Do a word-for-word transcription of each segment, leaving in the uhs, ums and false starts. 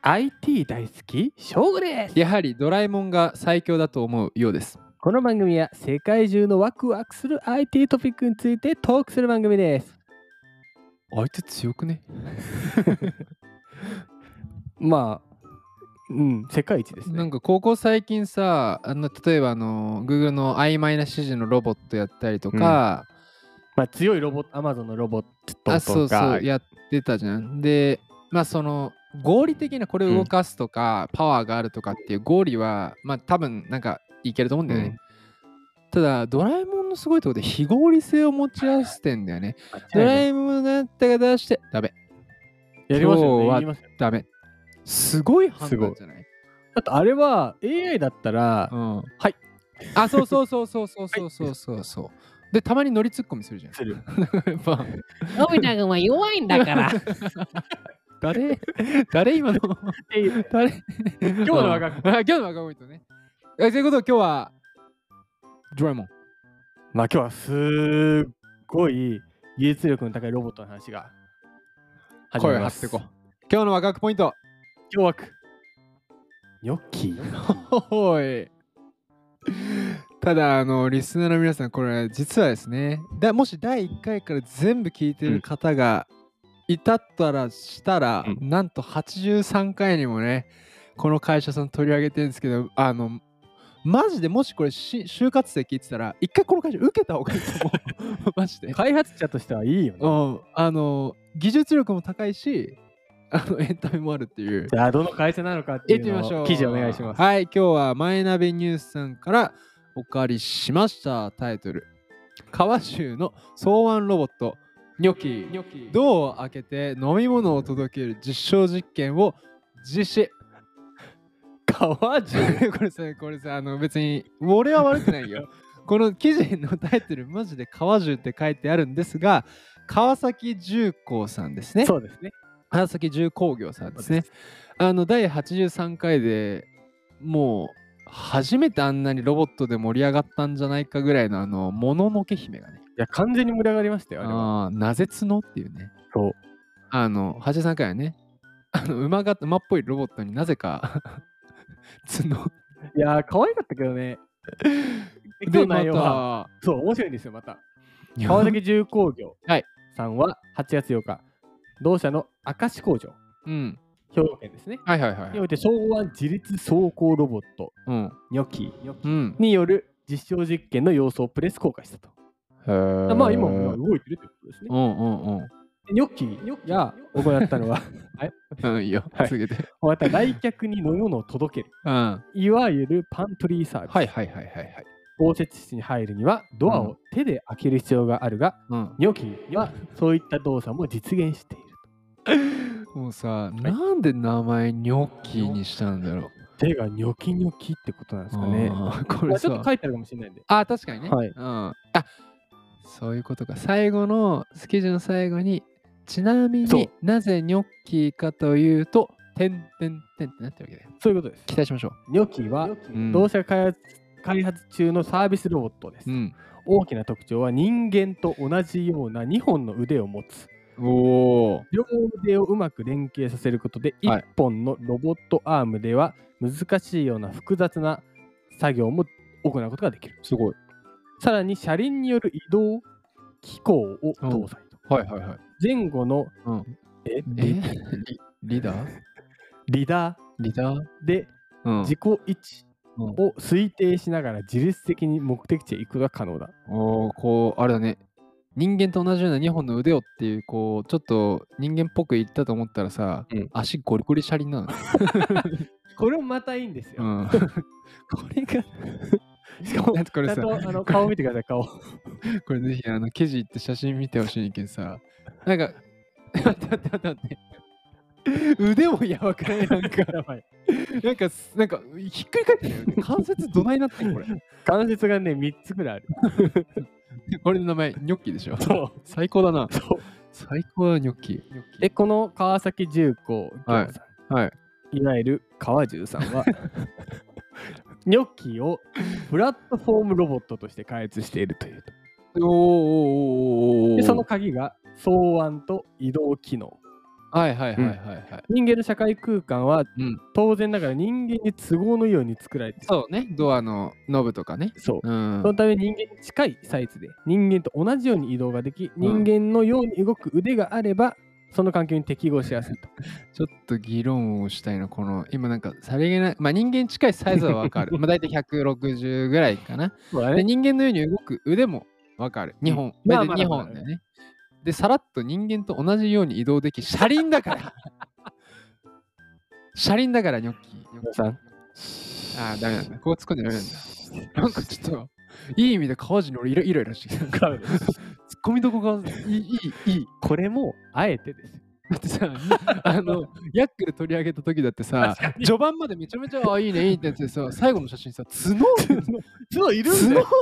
アイティー 大好き翔吾です。 やはりドラえもんが最強だと思うようです。 この番組は世界中のワクワクする アイティー トピックについてトークする番組です。 相手強くねまあ、うん、世界一ですね。 なんかここ最近さ、あの例えばあの Google の曖昧な指示のロボットやったりとか、 うん、まあ強いロボット、Amazon のロボットとか、 あ、そうそうやってたじゃん。で、まあその合理的なこれを動かすとか、うん、パワーがあるとかっていう合理はまあ多分なんかいけると思うんだよね。うん、ただドラえもんのすごいところで非合理性を持ち合わせてんだよね。ドラえもんだったが出してダメ。 やりますよね。 今日はダメ。すごい判断じゃない？ だってあれは エーアイ だったら、うん、はい。 あ、そうそうそうそうそうそうそうそうそう。で、たまに乗りツッコミするじゃん。 する。 のび太くんは弱いんだから。 誰誰今の誰今日の若子。 今日の若子とね。ということで今日はドラえもん。 まあ今日はすごい技術力の高いロボットの話が始まります。 声を張っていこう。今日の若子ポイント。 今日枠。ニョッキ。 おい。ただあのリスナーの皆さん、これ実はですね、だもしだいいっかいから全部聞いてる方がいたったらしたら、うん、なんとはちじゅうさんかいにもねこの会社さん取り上げてるんですけど、あのマジでもしこれし就活生聞いてたら一回この会社受けた方がいいと思うマジで開発者としてはいいよね、 うん、あの技術力も高いしあのエンタメもあるっていう。 じゃあどの会社なのかっていうのを記事お願いします。 はい、今日はマイナビニュースさんからお借りしました。タイトル、川中の草案ロボットニョキ、ドアを開けて飲み物を届ける実証実験を実施。 川中これさ、これさ、あの別に俺は悪くないよ。この記事のタイトルマジで川中って書いてあるんですが、川崎重工さんですね。 そうですね。 川崎重工業さんですね。あのだいはちじゅうさんかいでもう初めてあんなにロボットで盛り上がったんじゃないかぐらいのあのもののけ姫がね。 いや完全に盛り上がりましたよ。あれは。 あなぜ角っていうね。 そう。 あのはちじゅうさんかいはね、あの馬が馬っぽいロボットになぜか角。 いやー可愛かったけどね。 でまたそう面白いんですよまた。川崎重工業さんははちがつようか。同社の明石工場、うん、兵庫県ですね。 はいはいはい。 において草案自立走行ロボット、うん、ニョキ、うん、による実証実験の様子をプレス公開したと。へまあ今も動いてるということですね。うんうんうん。ニョキが行ったのは、 はい、うん、いいよ、続けて。 また来客に飲み物を届ける、うん、いわゆるパントリーサービス。 はいはいはいはいはい。 応接室に入るにはドアを手で開ける必要があるが、うん、ニョキはそういった動作も実現していると。もうさ、はい、なんで名前ニョッキにしたんだろう。 手がニョキニョキってことなんですかね。これちょっと書いてあるかもしれないんで。 あ、確かにね。はい、うん、あ、そういうことか。最後のスケジュールの最後に、ちなみになぜニョッキかというと、てんてんてんってなってるわけで。 そういうことです。 期待しましょう。ニョキは同社開発、開発中のサービスロボットです、うん、大きな特徴は人間と同じようなにほんの腕を持つ。お両腕をうまく連携させることで、はい、いっぽんのロボットアームでは難しいような複雑な作業も行うことができる。 すごい。 さらに車輪による移動機構を搭載と、 うん、はいはいはい。 前後の、うん、 えリリーダーリダーリダーで、うん、自己位置を推定しながら自律的に目的地へ行くことが可能だ。 おー、こうあれだね。人間と同じようなにほんの腕をっていう、こうちょっと人間っぽく言ったと思ったらさ、うん、足ゴリゴリ車輪なの。 これもまたいいんですよ。うん、 これがしかもこれさ、 あの顔見てください顔。 これぜひあの記事行って写真見てほしいけどさ、なんか待って待って待って腕もやばくない？なんかやばい。なんかなんかひっくり返ってるよね。関節どないなってんこれ。 関節がねみっつぐらいある。 これの名前ニョッキでしょ。そう。最高だな。そう。最高だニョッキ。 でこの川崎重工業さん、はい、はい、いわゆる川重さんはニョッキをプラットフォームロボットとして開発しているというと。おーおーおーおー。でその鍵が草案と移動機能。 はいはいはいはいはい。 人間の社会空間は、 うん、 当然ながら人間に都合のいいように作られている。 そうね、ドアのノブとかね。 そう。 うん。 そのため人間に近いサイズで人間と同じように移動ができ、人間のように動く腕があれば、その環境に適合しやすいと。 ちょっと議論をしたいの、この、今なんかさりげない、まあ人間に近いサイズはわかる。まあ大体ひゃくろくじゅうぐらいかな。 そうだね。 で、人間のように動く腕もわかる。にほん。 まあ大体にほんだよね。で、さらっと人間と同じように移動でき、車輪だから。車輪だから、ニョッキー。 皆さん。 ああ、ダメなんだ。こう突っ込んでダメなんだ。なんかちょっと、いい意味で川地に俺イライライラしてきた。突っ込みどこがいい、いい、いい。 これも、あえてです。 だってさ、あの、ヤックル取り上げた時だってさ、序盤までめちゃめちゃ、あ、いいね、いいってやつでさ、最後の写真さ、角角いるんだよ。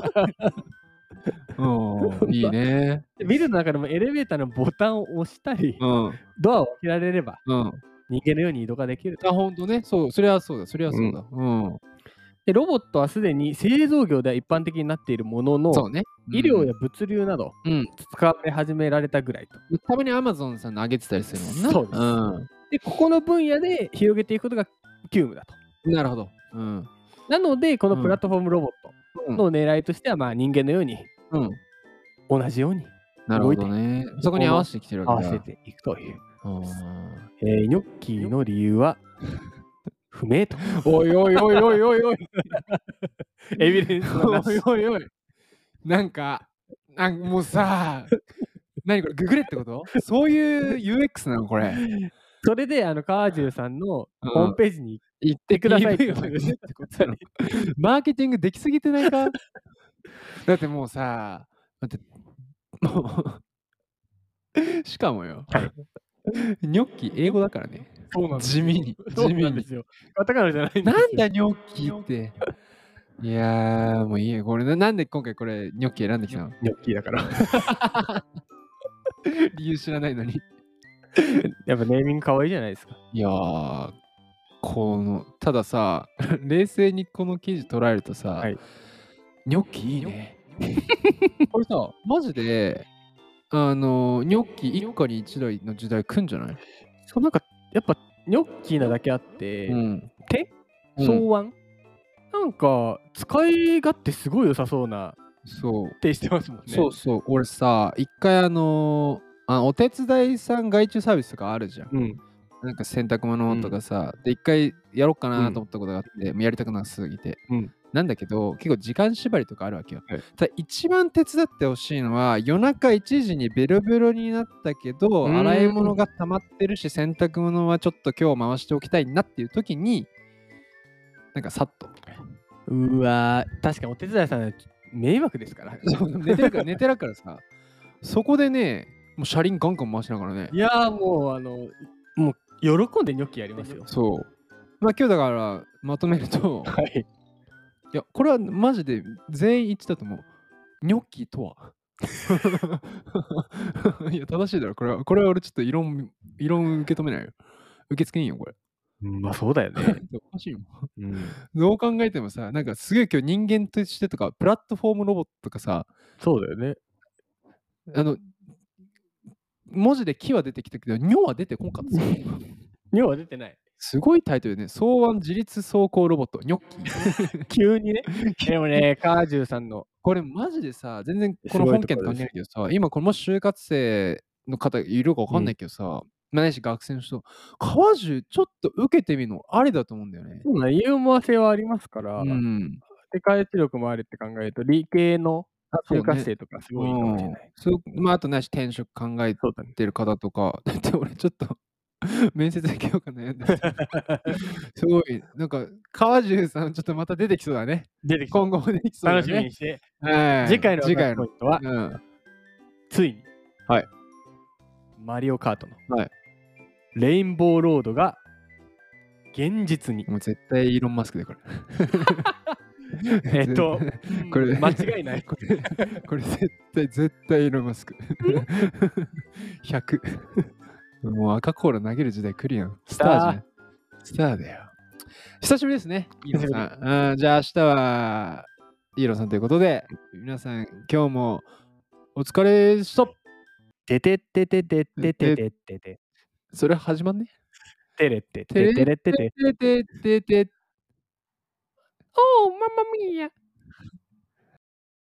うん、いいね。 ビルの中でもエレベーターのボタンを押したり、 うん、 ドアを開けられれば、 うん、 人間のように移動ができる。 あ、ほんとね。そう、それはそうだ、それはそうだ。うん。 でロボットはすでに製造業では一般的になっているものの、 そうね。 医療や物流など、 うん、 使われ始められたぐらいと。 たまにアマゾンさんの上げてたりするもんな。 そうです。 うん、 で、ここの分野で広げていくことが急務だと。 なるほど。うん、 なので、このプラットフォームロボットの狙いとしては、まあ人間のように、 うん、 同じようになるほどね。そこに合わせてきてる合わけだ。 わせていくという。えー、ニョッキーの理由は不明と。 おいおいおいおいおいおい。 エビデンスはなし。 おいおいおい。なんか、なんかもうさ、何これ、ググれってこと？そういう ユーエックス なのこれ。 それで、あの、カージュさんのホームページに行ってくださいってことなの。マーケティングできすぎてないか？だってもうさ、だって、もう、しかもよ。 はい。 ニョッキ英語だからね。 そうなんです地味に。地味に。 カタカナじゃないんですよ。 なんだニョッキって。いやー、もういいよ。これな、なんで今回これニョッキ選んできたの？ ニョッキーだから。 理由知らないのに。 やっぱネーミング可愛いじゃないですか。 いやー、この、たださ、冷静にこの記事捉えるとさ、 はい、 ニョッキいいね。これさ、マジで、あの、ニョッキ一家に一台の時代来んじゃない？ そう、なんか、やっぱ、ニョッキーなだけあって、 うん、 手草案、うん、なんか、使い勝手すごい良さそうなそう手してますもんね。 そうそう、俺さ、一回あのー、あお手伝いさん外注サービスとかあるじゃん。 うん、なんか洗濯物とかさ、うん、で、一回やろうかなと思ったことがあって、うん、やりたくなさすぎて。うんなんだけど、結構時間縛りとかあるわけよ。はい、ただ一番手伝ってほしいのは、夜中いちじにベロベロになったけど、洗い物が溜まってるし、洗濯物はちょっと今日回しておきたいなっていう時に、なんかさっと。 うわー、確かにお手伝いさん迷惑ですから。 寝てるから、寝てるからさ、そこでね、もう車輪ガンガン回しながらね。 いやーもう、あの、もう喜んでニョッキやりますよ。 そう。まあ今日だからまとめると、はい。いや、これはマジで全員一致だと思う。ニョッキとは。いや、正しいだろ、これは。これは俺ちょっと異論、異論受け止めないよ。受け付けんよ、これ。 うん、まあそうだよね。 おかしいもん。うん、どう考えてもさ、なんかすげえ今日人間としてとか、プラットフォームロボットとかさ、 そうだよね。 あの、文字で木は出てきたけど、ニョは出てこんかったぞ。 ニョは出てない。 すごいタイトルね。草案自立走行ロボット、ニョッキ。 急にね。でもね、カージュさんの。 これマジでさ、全然この本件と関係ないけどさ、今これもし就活生の方いるかわかんないけどさ、うん、まあないし学生の人、川中ちょっと受けてみるのありだと思うんだよね。 そうな、ユーモア性はありますから、うん、世界知力もあるって考えると、理系の就活生とかすごいいいかもしれない。 そう、ねうん、まああとないし転職考えてる方とか、だって俺ちょっと面接できようか悩んですごい、なんか、川中さん、ちょっとまた出てきそうだね。 出てき今後も出てきそうだね。 楽しみにして。 はい、 次回の次回のポイントは、うん、ついに、 はい、 マリオカートの、 はい、 レインボーロードが現実に。 もう絶対イーロン・マスクでこれ。 えっと、これ間違いない。 これ、これ絶対、絶対イーロン・マスク。ひゃく。もう赤コーラ投げる時代来るやん。スターじゃん。スターだよ。久しぶりですね、イーロンさん。うん、じゃあ明日はイーロンさんということで、皆さん今日もお疲れした。 てててててててててて。 それ始まんね。 テレテテテレテテ。 テレテテテテ。 おー、ママミーヤ。